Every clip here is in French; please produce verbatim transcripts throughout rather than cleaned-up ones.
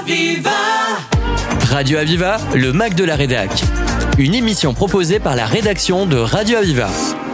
Aviva. Radio Aviva, le Mac de la Rédac. Une émission proposée par la rédaction de Radio Aviva.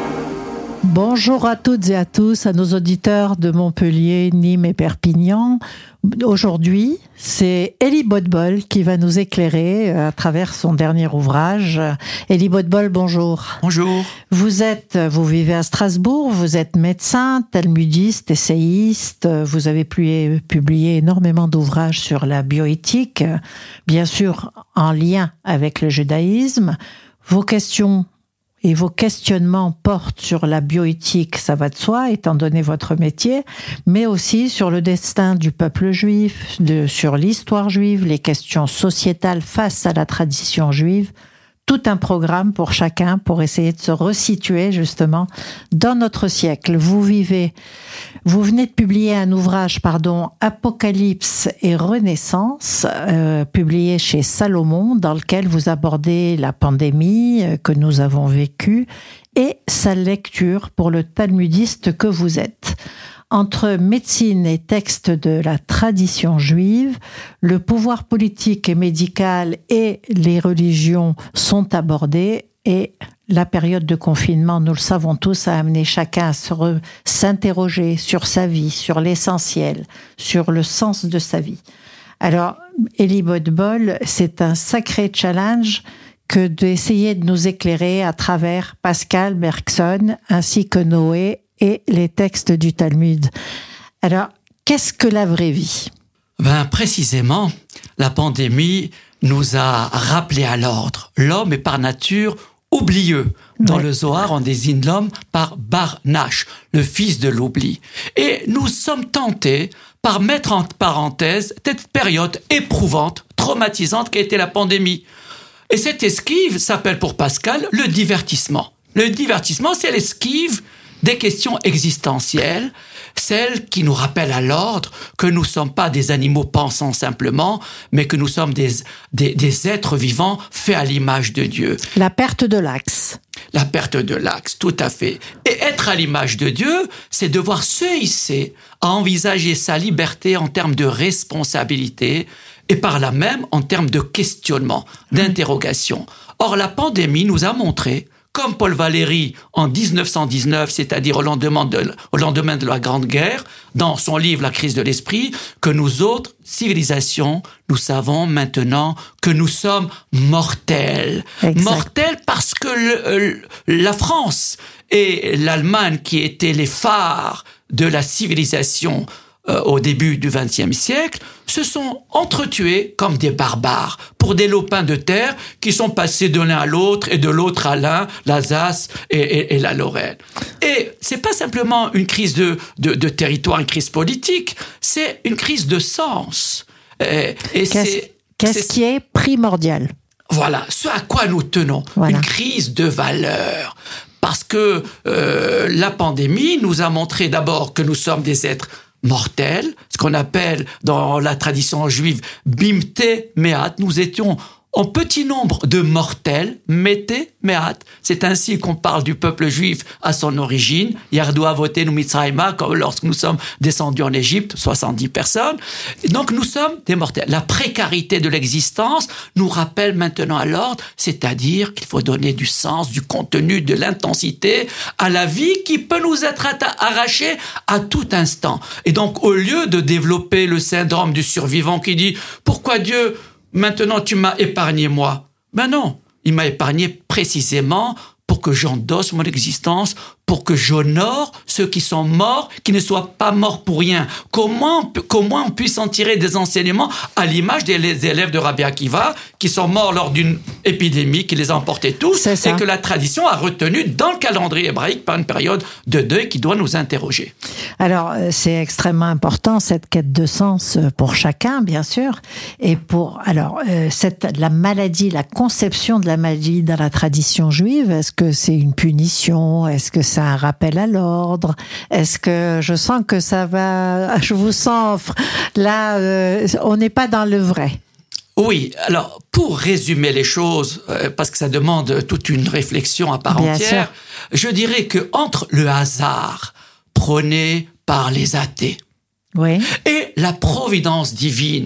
Bonjour à toutes et à tous, à nos auditeurs de Montpellier, Nîmes et Perpignan. Aujourd'hui, c'est Elie Bodbol qui va nous éclairer à travers son dernier ouvrage. Elie Bodbol, bonjour. Bonjour. Vous êtes, vous vivez à Strasbourg, vous êtes médecin, talmudiste, essayiste. Vous avez publié énormément d'ouvrages sur la bioéthique, bien sûr en lien avec le judaïsme. Vos questions et vos questionnements portent sur la bioéthique, ça va de soi, étant donné votre métier, mais aussi sur le destin du peuple juif, de, sur l'histoire juive, les questions sociétales face à la tradition juive. Tout un programme pour chacun pour essayer de se resituer justement dans notre siècle. Vous vivez, vous venez de publier un ouvrage, pardon, Apocalypse et Renaissance, euh, publié chez Salomon, dans lequel vous abordez la pandémie que nous avons vécue et sa lecture pour le talmudiste que vous êtes. Entre médecine et textes de la tradition juive, le pouvoir politique et médical et les religions sont abordés et la période de confinement, nous le savons tous, a amené chacun à se re- s'interroger sur sa vie, sur l'essentiel, sur le sens de sa vie. Alors, Elie Bodbol, c'est un sacré challenge que d'essayer de nous éclairer à travers Pascal Bergson ainsi que Noé et les textes du Talmud. Alors, qu'est-ce que la vraie vie ? Ben, précisément, la pandémie nous a rappelé à l'ordre. L'homme est par nature oublieux. Dans ouais. le Zohar, on désigne l'homme par Barnash, le fils de l'oubli. Et nous sommes tentés par mettre en parenthèse cette période éprouvante, traumatisante qu'a été la pandémie. Et cette esquive s'appelle pour Pascal le divertissement. Le divertissement, c'est l'esquive des questions existentielles, celles qui nous rappellent à l'ordre que nous ne sommes pas des animaux pensant simplement, mais que nous sommes des, des, des êtres vivants faits à l'image de Dieu. La perte de l'axe. La perte de l'axe, tout à fait. Et être à l'image de Dieu, c'est devoir se hisser à envisager sa liberté en termes de responsabilité et par là même en termes de questionnement, d'interrogation. Or, la pandémie nous a montré, comme Paul Valéry en dix-neuf cent dix-neuf, c'est-à-dire au lendemain, de, au lendemain de la Grande Guerre, dans son livre « La crise de l'esprit », que nous autres civilisations, nous savons maintenant que nous sommes mortels. Exact. Mortels parce que le, la France et l'Allemagne, qui étaient les phares de la civilisation euh, au début du vingtième siècle, se sont entretués comme des barbares pour des lopins de terre qui sont passés de l'un à l'autre et de l'autre à l'un, l'Alsace et, et, et la Lorraine. Et c'est pas simplement une crise de, de, de territoire, une crise politique, c'est une crise de sens. Et, et qu'est-ce, c'est, qu'est-ce c'est, qui est primordial ? Voilà, ce à quoi nous tenons, voilà. Une crise de valeurs. Parce que euh, la pandémie nous a montré d'abord que nous sommes des êtres mortels, ce qu'on appelle dans la tradition juive bimte meat. Nous étions en petit nombre de mortels, mete meat. C'est ainsi qu'on parle du peuple juif à son origine. Yardu avotenu mitzrayma, comme lorsque nous sommes descendus en Égypte, soixante-dix personnes. Donc nous sommes des mortels. La précarité de l'existence nous rappelle maintenant à l'ordre, c'est-à-dire qu'il faut donner du sens, du contenu, de l'intensité à la vie qui peut nous être arrachée à tout instant. Et donc au lieu de développer le syndrome du survivant qui dit « Pourquoi Dieu, maintenant tu m'as épargné moi ?» Ben non, il m'a épargné précisément pour que j'endosse mon existence, pour que j'honore ceux qui sont morts, qui ne soient pas morts pour rien. Comment, comment on puisse en tirer des enseignements à l'image des élèves de Rabbi Akiva qui sont morts lors d'une épidémie qui les a emportés tous et que la tradition a retenu dans le calendrier hébraïque par une période de deuil qui doit nous interroger. Alors, c'est extrêmement important, cette quête de sens pour chacun, bien sûr. Et pour, alors, cette, la maladie, la conception de la maladie dans la tradition juive, est-ce que c'est une punition? Est-ce que c'est un rappel à l'ordre? Est-ce que je sens que ça va, je vous sens là, euh, on n'est pas dans le vrai. Oui, alors pour résumer les choses, euh, parce que ça demande toute une réflexion à part Bien entière, sûr. Je dirais que entre le hasard prôné par les athées oui. et la providence divine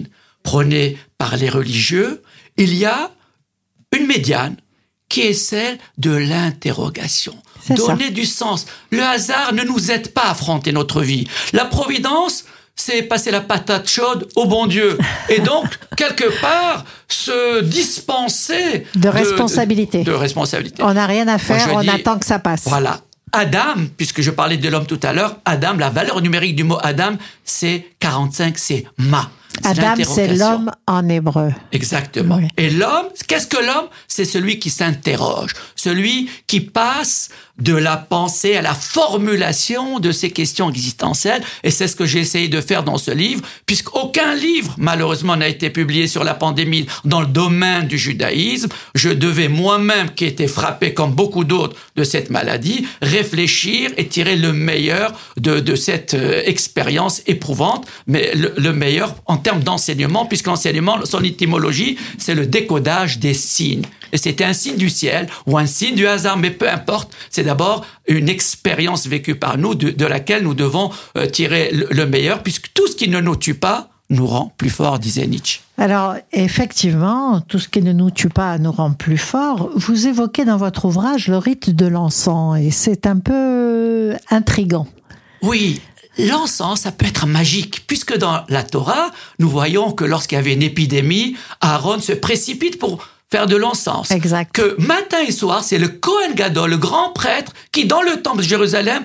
prônée par les religieux, il y a une médiane qui est celle de l'interrogation. C'est Donner ça. du sens. Le hasard ne nous aide pas à affronter notre vie. La providence, c'est passer la patate chaude au bon Dieu. Et donc, quelque part, se dispenser De responsabilité. De, de responsabilité. On n'a rien à faire, Moi, on je dis, attend que ça passe. Voilà. Adam, puisque je parlais de l'homme tout à l'heure, Adam, la valeur numérique du mot Adam, c'est quarante-cinq, c'est ma. C'est Adam, c'est l'interrogation. l'homme en hébreu. Exactement. Oui. Et l'homme, qu'est-ce que l'homme? C'est celui qui s'interroge, celui qui passe de la pensée à la formulation de ces questions existentielles. Et c'est ce que j'ai essayé de faire dans ce livre, puisqu'aucun livre, malheureusement, n'a été publié sur la pandémie dans le domaine du judaïsme. Je devais moi-même, qui était frappé comme beaucoup d'autres de cette maladie, réfléchir et tirer le meilleur de, de cette euh, expérience éprouvante, mais le, le meilleur en termes d'enseignement, puisque l'enseignement, son étymologie, c'est le décodage des signes. Et c'était un signe du ciel ou un signe du hasard, mais peu importe, c'est d'abord une expérience vécue par nous de, de laquelle nous devons euh, tirer le, le meilleur, puisque tout ce qui ne nous tue pas nous rend plus forts, disait Nietzsche. Alors, effectivement, tout ce qui ne nous tue pas nous rend plus forts. Vous évoquez dans votre ouvrage le rite de l'encens, et c'est un peu intriguant. Oui, l'encens, ça peut être magique, puisque dans la Torah, nous voyons que lorsqu'il y avait une épidémie, Aaron se précipite pour faire de l'encens. Exact. Que matin et soir, c'est le Kohen Gadol, le grand prêtre, qui dans le temple de Jérusalem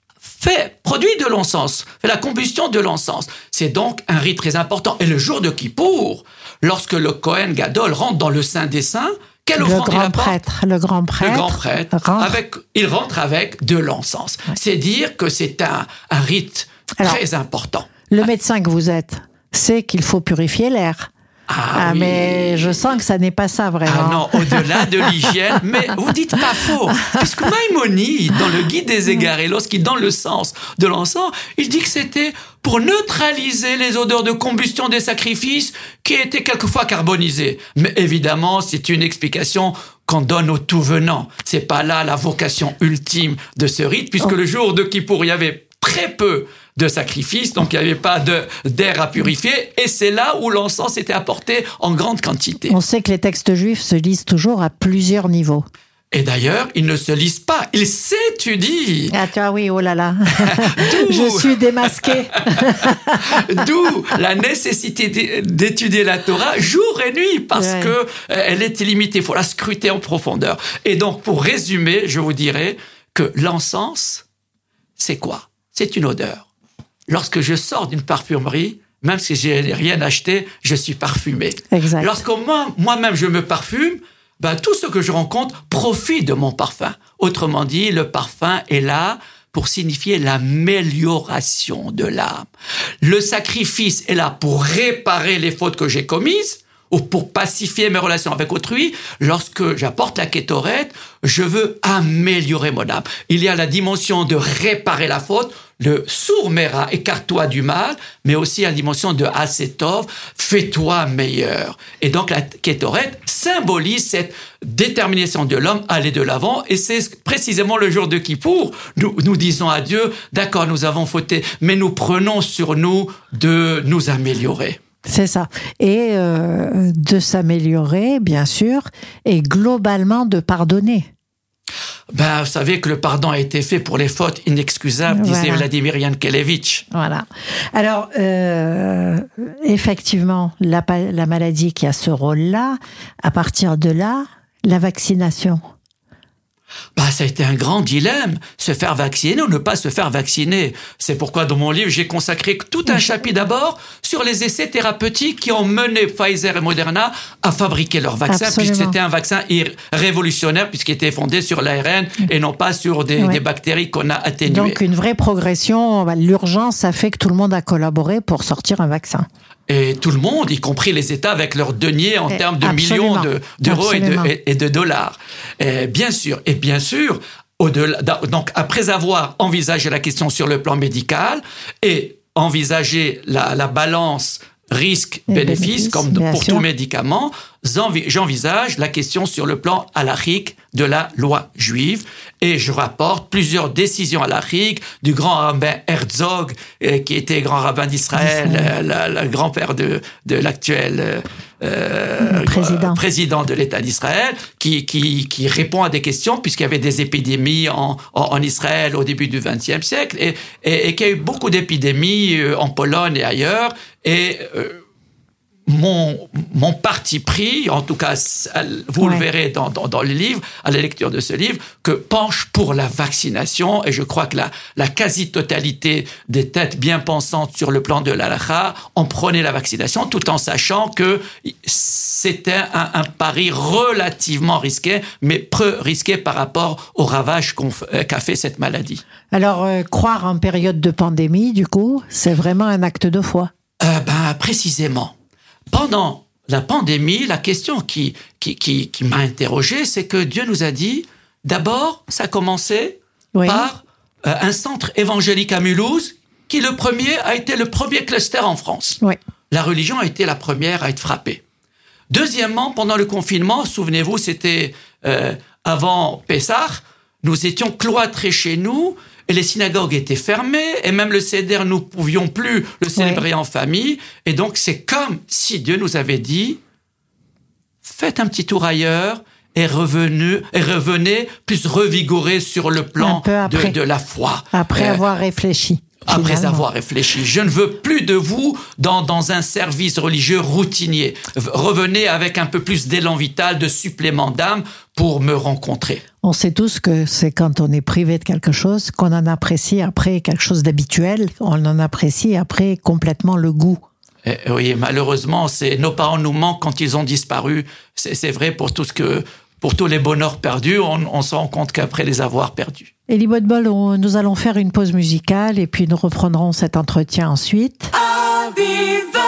fait, produit de l'encens, fait la combustion de l'encens. C'est donc un rite très important. Et le jour de Kippour, lorsque le Kohen Gadol rentre dans le Saint des Saints, quelle Le offrande il grand apporte? prêtre, le grand prêtre, Le grand prêtre, rentre. avec, il rentre avec de l'encens. Ouais. C'est dire que c'est un, un rite Alors, très important. Le médecin que vous êtes sait qu'il faut purifier l'air. Ah, Ah, oui. mais je sens que ça n'est pas ça vraiment. Ah non, au-delà de l'hygiène, mais vous dites pas faux, puisque Maïmonide, dans le Guide des égarés, lorsqu'il donne le sens de l'encens, il dit que c'était pour neutraliser les odeurs de combustion des sacrifices qui étaient quelquefois carbonisées. Mais évidemment, c'est une explication qu'on donne aux tout venants. C'est pas là la vocation ultime de ce rite, puisque Oh. le jour de Kippour, il y avait très peu de sacrifices, donc il n'y avait pas de, d'air à purifier, et c'est là où l'encens était apporté en grande quantité. On sait que les textes juifs se lisent toujours à plusieurs niveaux. Et d'ailleurs, ils ne se lisent pas, ils s'étudient. Ah, tu vois, oui, oh là là. D'où, Je suis démasquée. d'où la nécessité d'étudier la Torah jour et nuit, parce Ouais. que euh, elle est illimitée, il faut la scruter en profondeur. Et donc, pour résumer, je vous dirais que l'encens, c'est quoi? C'est une odeur. Lorsque je sors d'une parfumerie, même si j'ai rien acheté, je suis parfumé. Exact. Lorsque moi, moi-même je me parfume, ben, tout ce que je rencontre profite de mon parfum. Autrement dit, le parfum est là pour signifier l'amélioration de l'âme. Le sacrifice est là pour réparer les fautes que j'ai commises ou pour pacifier mes relations avec autrui. Lorsque j'apporte la kétorette, je veux améliorer mon âme. Il y a la dimension de réparer la faute, le sourd-mera, écarte-toi du mal, mais aussi la dimension de asetov, fais-toi meilleur. Et donc la kétorette symbolise cette détermination de l'homme à aller de l'avant, et c'est précisément le jour de Kippour, nous, nous disons à Dieu, d'accord, nous avons fauté, mais nous prenons sur nous de nous améliorer. C'est ça. Et euh, de s'améliorer, bien sûr, et globalement de pardonner. Ben, vous savez que le pardon a été fait pour les fautes inexcusables, Voilà. disait Vladimir Yankelevitch. Voilà. Alors, euh, effectivement, la, pa- la maladie qui a ce rôle-là, à partir de là, la vaccination. Bah, ça a été un grand dilemme, se faire vacciner ou ne pas se faire vacciner. C'est pourquoi dans mon livre, j'ai consacré tout un chapitre d'abord sur les essais thérapeutiques qui ont mené Pfizer et Moderna à fabriquer leur vaccin, Absolument. puisque c'était un vaccin ir- révolutionnaire, puisqu'il était fondé sur l'A R N et non pas sur des, Ouais. des bactéries qu'on a atténuées. Donc, une vraie progression. L'urgence a fait que tout le monde a collaboré pour sortir un vaccin. Et tout le monde, y compris les États, avec leurs deniers en Eh, termes de absolument. millions de, d'euros et de, Absolument. et, et de dollars. Et bien sûr, et bien sûr, au-delà, donc après avoir envisagé la question sur le plan médical et envisagé la, la balance risque-bénéfice, bénéfices, comme bien pour sûr. tout médicament, j'envisage la question sur le plan halachique de la loi juive et je rapporte plusieurs décisions halachiques du grand rabbin Herzog, euh, qui était grand rabbin d'Israël, euh, le grand-père de, de l'actuel euh, président. président de l'État d'Israël, qui, qui, qui répond à des questions puisqu'il y avait des épidémies en, en, en Israël au début du vingtième siècle et, et, et qu'il y a eu beaucoup d'épidémies euh, en Pologne et ailleurs. Et euh, mon, mon parti pris, en tout cas, vous ouais. le verrez dans, dans, dans le livre, à la lecture de ce livre, que penche pour la vaccination. Et je crois que la, la quasi-totalité des têtes bien pensantes sur le plan de l'halakha ont prôné la vaccination, tout en sachant que c'était un, un pari relativement risqué, mais peu risqué par rapport au ravage qu'on, qu'a fait cette maladie. Alors, euh, croire en période de pandémie, du coup, c'est vraiment un acte de foi. Euh, ben, précisément. Pendant la pandémie, la question qui, qui, qui, qui m'a interrogé, c'est que Dieu nous a dit, d'abord, ça a commencé oui. par euh, un centre évangélique à Mulhouse, qui le premier a été le premier cluster en France. Oui. La religion a été la première à être frappée. Deuxièmement, pendant le confinement, souvenez-vous, c'était euh, avant Pessah, nous étions cloîtrés chez nous, et les synagogues étaient fermées, et même le Seder, nous ne pouvions plus le célébrer oui. en famille. Et donc, c'est comme si Dieu nous avait dit, faites un petit tour ailleurs, et revenez, et revenez plus revigorés sur le plan de, de la foi. Après euh, avoir réfléchi. Après finalement. avoir réfléchi. Je ne veux plus de vous dans, dans un service religieux routinier. Revenez avec un peu plus d'élan vital, de supplément d'âme pour me rencontrer. On sait tous que c'est quand on est privé de quelque chose qu'on en apprécie après quelque chose d'habituel, on en apprécie après complètement le goût. Et, oui, malheureusement, c'est, nos parents nous manquent quand ils ont disparu. C'est, c'est vrai pour tout ce que... Pour tous les bonheurs perdus, on, on se rend compte qu'après les avoir perdus. Elie Boudbol, nous allons faire une pause musicale et puis nous reprendrons cet entretien ensuite. Aviva!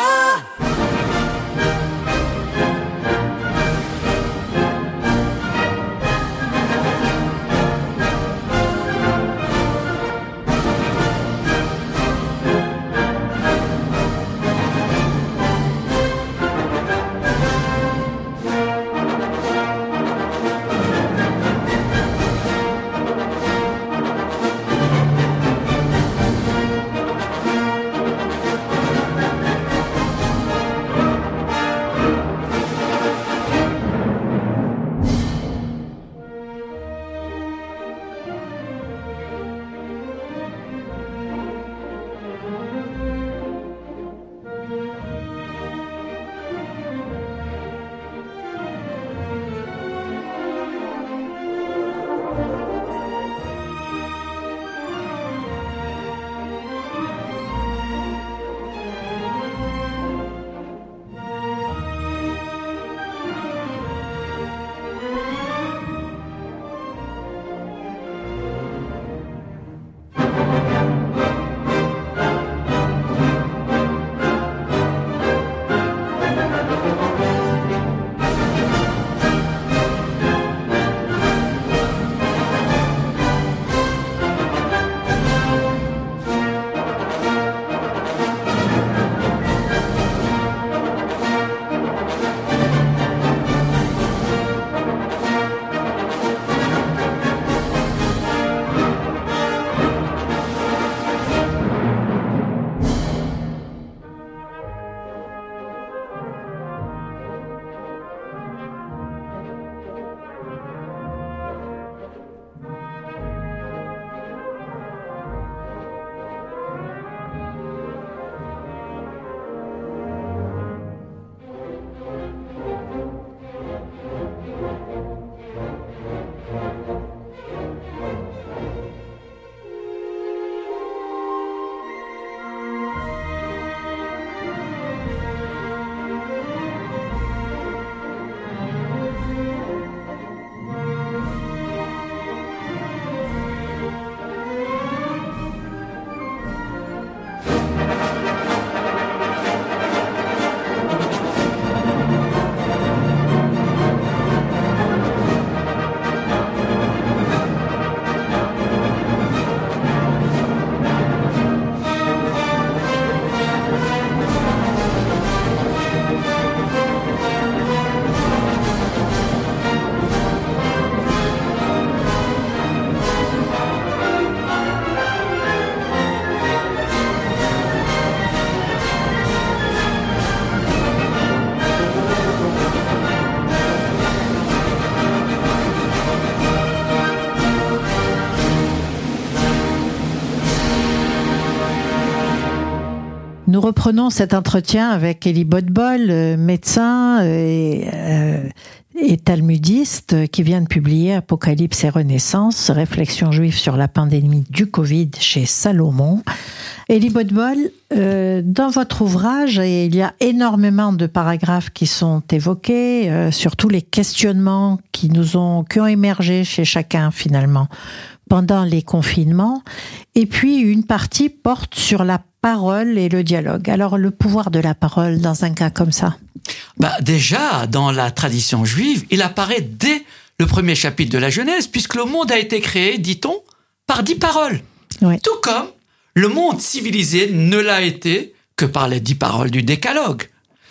nous reprenons cet entretien avec Elie Bodbol, médecin et, euh, et talmudiste, qui vient de publier Apocalypse et Renaissance, réflexions juives sur la pandémie du Covid chez Salomon. Elie Bodbol, euh, dans votre ouvrage, il y a énormément de paragraphes qui sont évoqués, euh, sur tous les questionnements qui nous ont, qui ont émergé chez chacun finalement pendant les confinements. Et puis une partie porte sur la parole et le dialogue. Alors le pouvoir de la parole dans un cas comme ça. Bah déjà, dans la tradition juive, il apparaît dès le premier chapitre de la Genèse, puisque le monde a été créé, dit-on, par dix paroles. Oui. Tout comme le monde civilisé ne l'a été que par les dix paroles du Décalogue.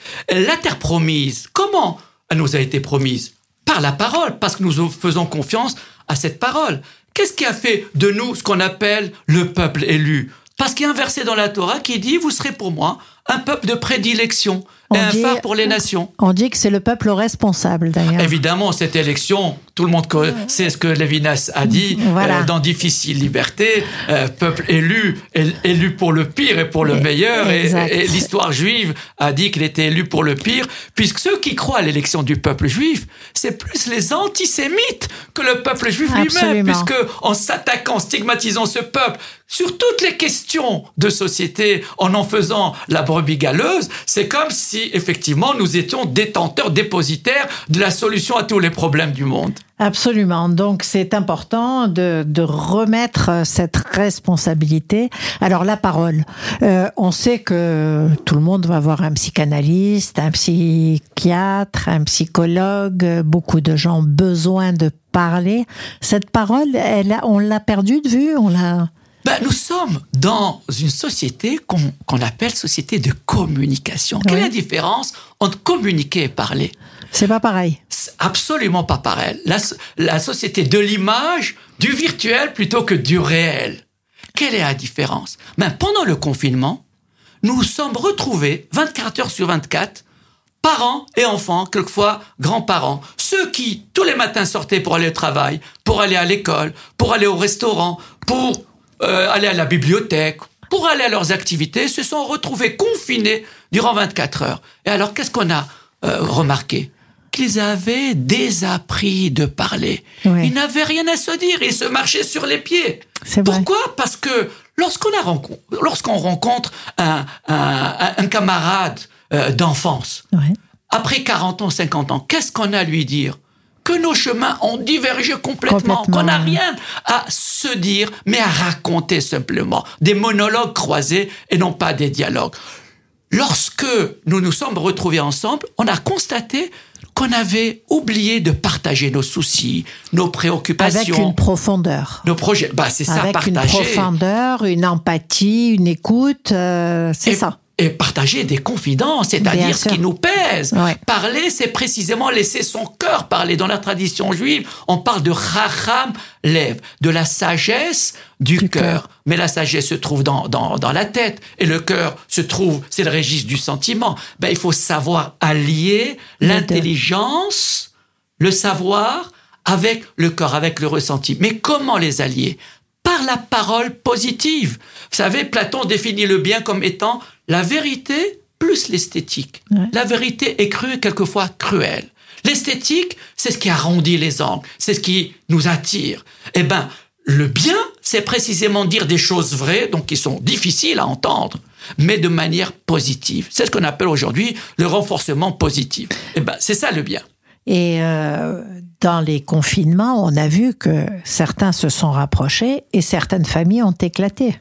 La terre promise, comment elle nous a été promise? Par la parole, parce que nous faisons confiance à cette parole. Qu'est-ce qui a fait de nous ce qu'on appelle le peuple élu? Parce qu'il y a un verset dans la Torah qui dit « Vous serez pour moi un peuple de prédilection et un dit, phare pour les nations. » On dit que c'est le peuple responsable, d'ailleurs. Évidemment, cette élection, tout le monde sait ce que Lévinas a dit, voilà. euh, dans Difficile Liberté, euh, peuple élu, élu pour le pire et pour le et, meilleur. Et, et l'histoire juive a dit qu'il était élu pour le pire, puisque ceux qui croient à l'élection du peuple juif, c'est plus les antisémites que le peuple juif lui-même, puisque en s'attaquant, en stigmatisant ce peuple, sur toutes les questions de société, en en faisant la brebis galeuse, c'est comme si, effectivement, nous étions détenteurs, dépositaires de la solution à tous les problèmes du monde. Absolument. Donc, c'est important de, de remettre cette responsabilité. Alors, la parole. Euh, on sait que tout le monde va voir un psychanalyste, un psychiatre, un psychologue. Beaucoup de gens ont besoin de parler. Cette parole, elle a, on l'a perdue de vue, on l'a... Ben, nous sommes dans une société qu'on, qu'on appelle société de communication. Oui. Quelle est la différence entre communiquer et parler? C'est pas pareil. C'est absolument pas pareil. La, la société de l'image, du virtuel plutôt que du réel. Quelle est la différence? Ben, pendant le confinement, nous nous sommes retrouvés vingt-quatre heures sur vingt-quatre, parents et enfants, quelquefois grands-parents, ceux qui tous les matins sortaient pour aller au travail, pour aller à l'école, pour aller au restaurant, pour Euh, aller à la bibliothèque, pour aller à leurs activités, se sont retrouvés confinés durant vingt-quatre heures. Et alors, qu'est-ce qu'on a euh, remarqué? Qu'ils avaient désappris de parler. Oui. Ils n'avaient rien à se dire, ils se marchaient sur les pieds. C'est Pourquoi? Vrai. Parce que lorsqu'on, a rencontre, lorsqu'on rencontre un, un, un camarade euh, d'enfance, oui. après quarante ans, cinquante ans, qu'est-ce qu'on a à lui dire? Que nos chemins ont divergé complètement, complètement. qu'on n'a rien à se dire, mais à raconter simplement. Des monologues croisés et non pas des dialogues. Lorsque nous nous sommes retrouvés ensemble, on a constaté qu'on avait oublié de partager nos soucis, nos préoccupations. Avec une profondeur. Nos projets. Bah, c'est ça, Avec partager. Avec une profondeur, une empathie, une écoute, euh, c'est et, ça. Et partager des confidences, c'est-à-dire Bien ce sûr. qui nous pèse. Ouais. Parler, c'est précisément laisser son cœur parler. Dans la tradition juive, on parle de Chacham Lev, de la sagesse du, du cœur. cœur. Mais la sagesse se trouve dans, dans, dans la tête. Et le cœur se trouve, c'est le registre du sentiment. Ben, il faut savoir allier l'intelligence, le savoir, avec le cœur, avec le ressenti. Mais comment les allier? Par la parole positive. Vous savez, Platon définit le bien comme étant la vérité plus l'esthétique. Ouais. La vérité est crue et quelquefois cruelle. L'esthétique, c'est ce qui arrondit les angles, c'est ce qui nous attire. Eh ben, le bien, c'est précisément dire des choses vraies, donc qui sont difficiles à entendre, mais de manière positive. C'est ce qu'on appelle aujourd'hui le renforcement positif. Eh ben, c'est ça le bien. Et euh, dans les confinements, on a vu que certains se sont rapprochés et certaines familles ont éclaté.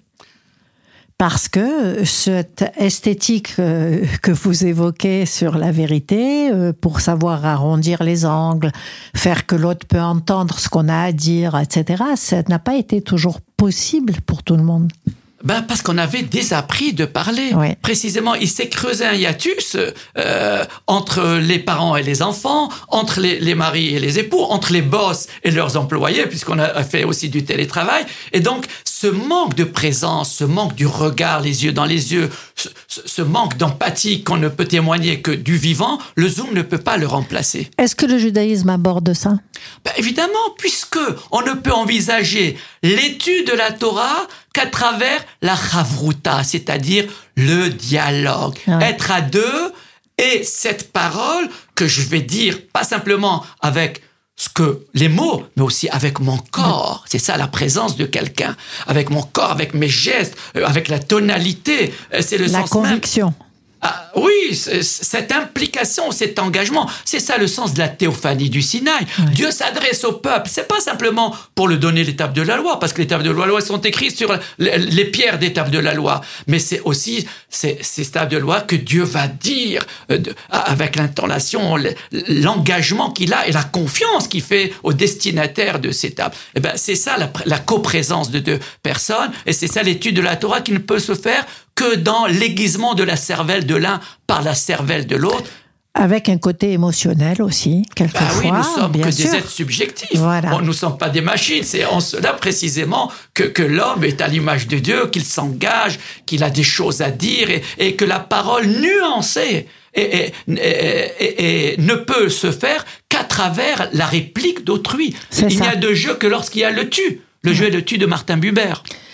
Parce que cette esthétique euh, que vous évoquez sur la vérité, euh, pour savoir arrondir les angles, faire que l'autre peut entendre ce qu'on a à dire, et cetera, ça n'a pas été toujours possible pour tout le monde. Ben parce qu'on avait désappris de parler. Oui. Précisément, il s'est creusé un hiatus euh, entre les parents et les enfants, entre les, les maris et les époux, entre les boss et leurs employés, puisqu'on a fait aussi du télétravail. Et donc, ce manque de présence, ce manque du regard, les yeux dans les yeux, ce, ce manque d'empathie qu'on ne peut témoigner que du vivant, le Zoom ne peut pas le remplacer. Est-ce que le judaïsme aborde ça ? Ben évidemment, puisque on ne peut envisager l'étude de la Torah qu'à travers la chavruta, c'est-à-dire le dialogue, ouais. Être à deux, et cette parole que je vais dire, pas simplement avec ce que les mots, mais aussi avec mon corps. C'est ça la présence de quelqu'un. Avec mon corps, avec mes gestes, avec la tonalité. C'est le la sens conviction. Même. Ah, oui, cette implication, cet engagement, c'est ça le sens de la théophanie du Sinaï. Oui. Dieu s'adresse au peuple. C'est pas simplement pour lui donner l'étape de la loi, parce que les tables de la loi sont écrites sur les pierres des tables de la loi. Mais c'est aussi ces, ces tables de loi que Dieu va dire euh, de, avec l'intonation, l'engagement qu'il a et la confiance qu'il fait au destinataire de ces tables. Eh ben, c'est ça la, la coprésence de deux personnes, et c'est ça l'étude de la Torah qui ne peut se faire que dans l'aiguisement de la cervelle de l'un par la cervelle de l'autre. Avec un côté émotionnel aussi, quelquefois. Bah oui, nous sommes bien que sûr. des êtres subjectifs. Voilà. Bon, nous ne sommes pas des machines. C'est en cela précisément que, que l'homme est à l'image de Dieu, qu'il s'engage, qu'il a des choses à dire et, et que la parole nuancée et, et, et, et, et ne peut se faire qu'à travers la réplique d'autrui. C'est Il ça. n'y a de jeu que lorsqu'il y a le tu. Le mmh. jeu est le tu de Martin Buber.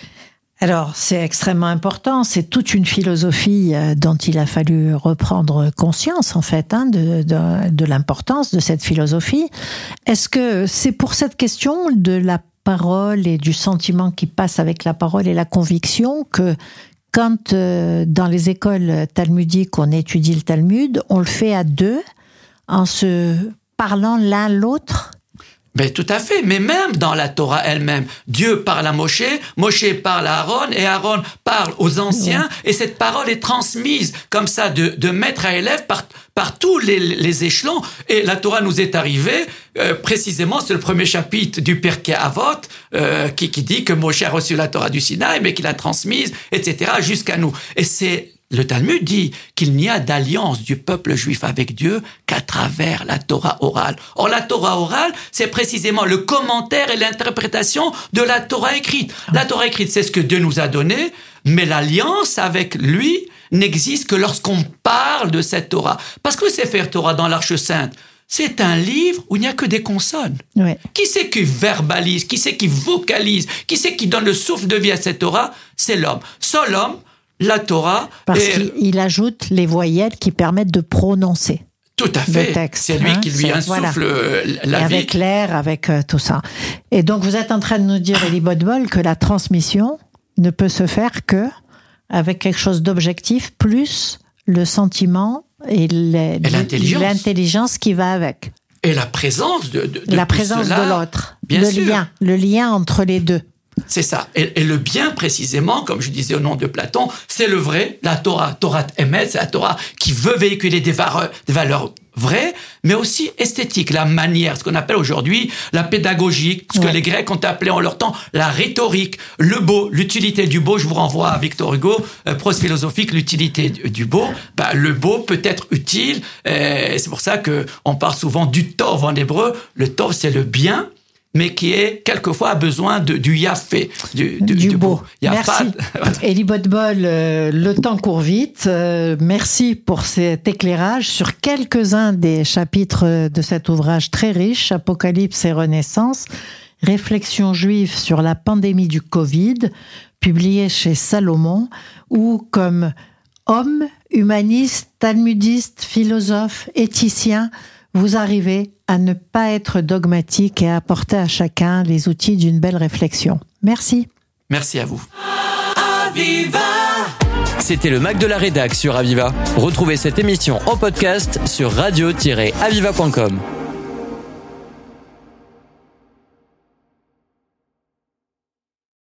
Alors, c'est extrêmement important. C'est toute une philosophie dont il a fallu reprendre conscience, en fait, hein, de, de, de l'importance de cette philosophie. Est-ce que c'est pour cette question de la parole et du sentiment qui passe avec la parole et la conviction que quand, euh, dans les écoles talmudiques, on étudie le Talmud, on le fait à deux, en se parlant l'un l'autre ? Ben, tout à fait, mais même dans la Torah elle-même, Dieu parle à Moshe, Moshe parle à Aaron, et Aaron parle aux anciens, ouais. Et cette parole est transmise comme ça de, de maître à élève par, par tous les, les échelons, et la Torah nous est arrivée, euh, précisément, c'est le premier chapitre du Pirkei Avot, euh, qui, qui dit que Moshe a reçu la Torah du Sinaï, mais qu'il l'a transmise, et cetera, jusqu'à nous. Et c'est Le Talmud dit qu'il n'y a d'alliance du peuple juif avec Dieu qu'à travers la Torah orale. Or, la Torah orale, c'est précisément le commentaire et l'interprétation de la Torah écrite. La Torah écrite, c'est ce que Dieu nous a donné, mais l'alliance avec lui n'existe que lorsqu'on parle de cette Torah. Parce que le Sefer Torah dans l'Arche Sainte, c'est un livre où il n'y a que des consonnes. Oui. Qui c'est qui verbalise? Qui c'est qui vocalise? Qui c'est qui donne le souffle de vie à cette Torah? C'est l'homme. Sans l'homme, la Torah... Parce est... qu'il ajoute les voyelles qui permettent de prononcer. Tout à fait. Texte, c'est lui hein, qui lui insuffle voilà. la et vie. Avec l'air, avec euh, tout ça. Et donc, vous êtes en train de nous dire, Elie Bodbol, que la transmission ne peut se faire que avec quelque chose d'objectif, plus le sentiment et, les, et l'intelligence. l'intelligence qui va avec. Et la présence de, de, de La présence cela, de l'autre. Bien le sûr. lien, le lien entre les deux. C'est ça. Et, et le bien, précisément, comme je disais au nom de Platon, c'est le vrai, la Torah. Torah Emet, c'est la Torah qui veut véhiculer des valeurs, des valeurs vraies, mais aussi esthétiques. La manière, ce qu'on appelle aujourd'hui la pédagogie, ce ouais. que les Grecs ont appelé en leur temps la rhétorique, le beau, l'utilité du beau. Je vous renvoie à Victor Hugo, euh, prose philosophique, l'utilité du beau. Bah, le beau peut être utile. Euh, c'est pour ça que on parle souvent du tov en hébreu. Le tov, c'est le bien, mais qui est quelquefois a besoin de, du yafé, du, du, du, du beau. beau. Y a merci. Pas... Elie Bodbol, euh, le temps court vite. Euh, merci pour cet éclairage sur quelques-uns des chapitres de cet ouvrage très riche, Apocalypse et Renaissance, réflexions juives sur la pandémie du Covid, publié chez Salomon, où comme homme, humaniste, talmudiste, philosophe, éthicien, vous arrivez à ne pas être dogmatique et à apporter à chacun les outils d'une belle réflexion. Merci. Merci à vous. Aviva. C'était le Mac de la Rédac sur Aviva. Retrouvez cette émission en podcast sur radio tiret aviva point com.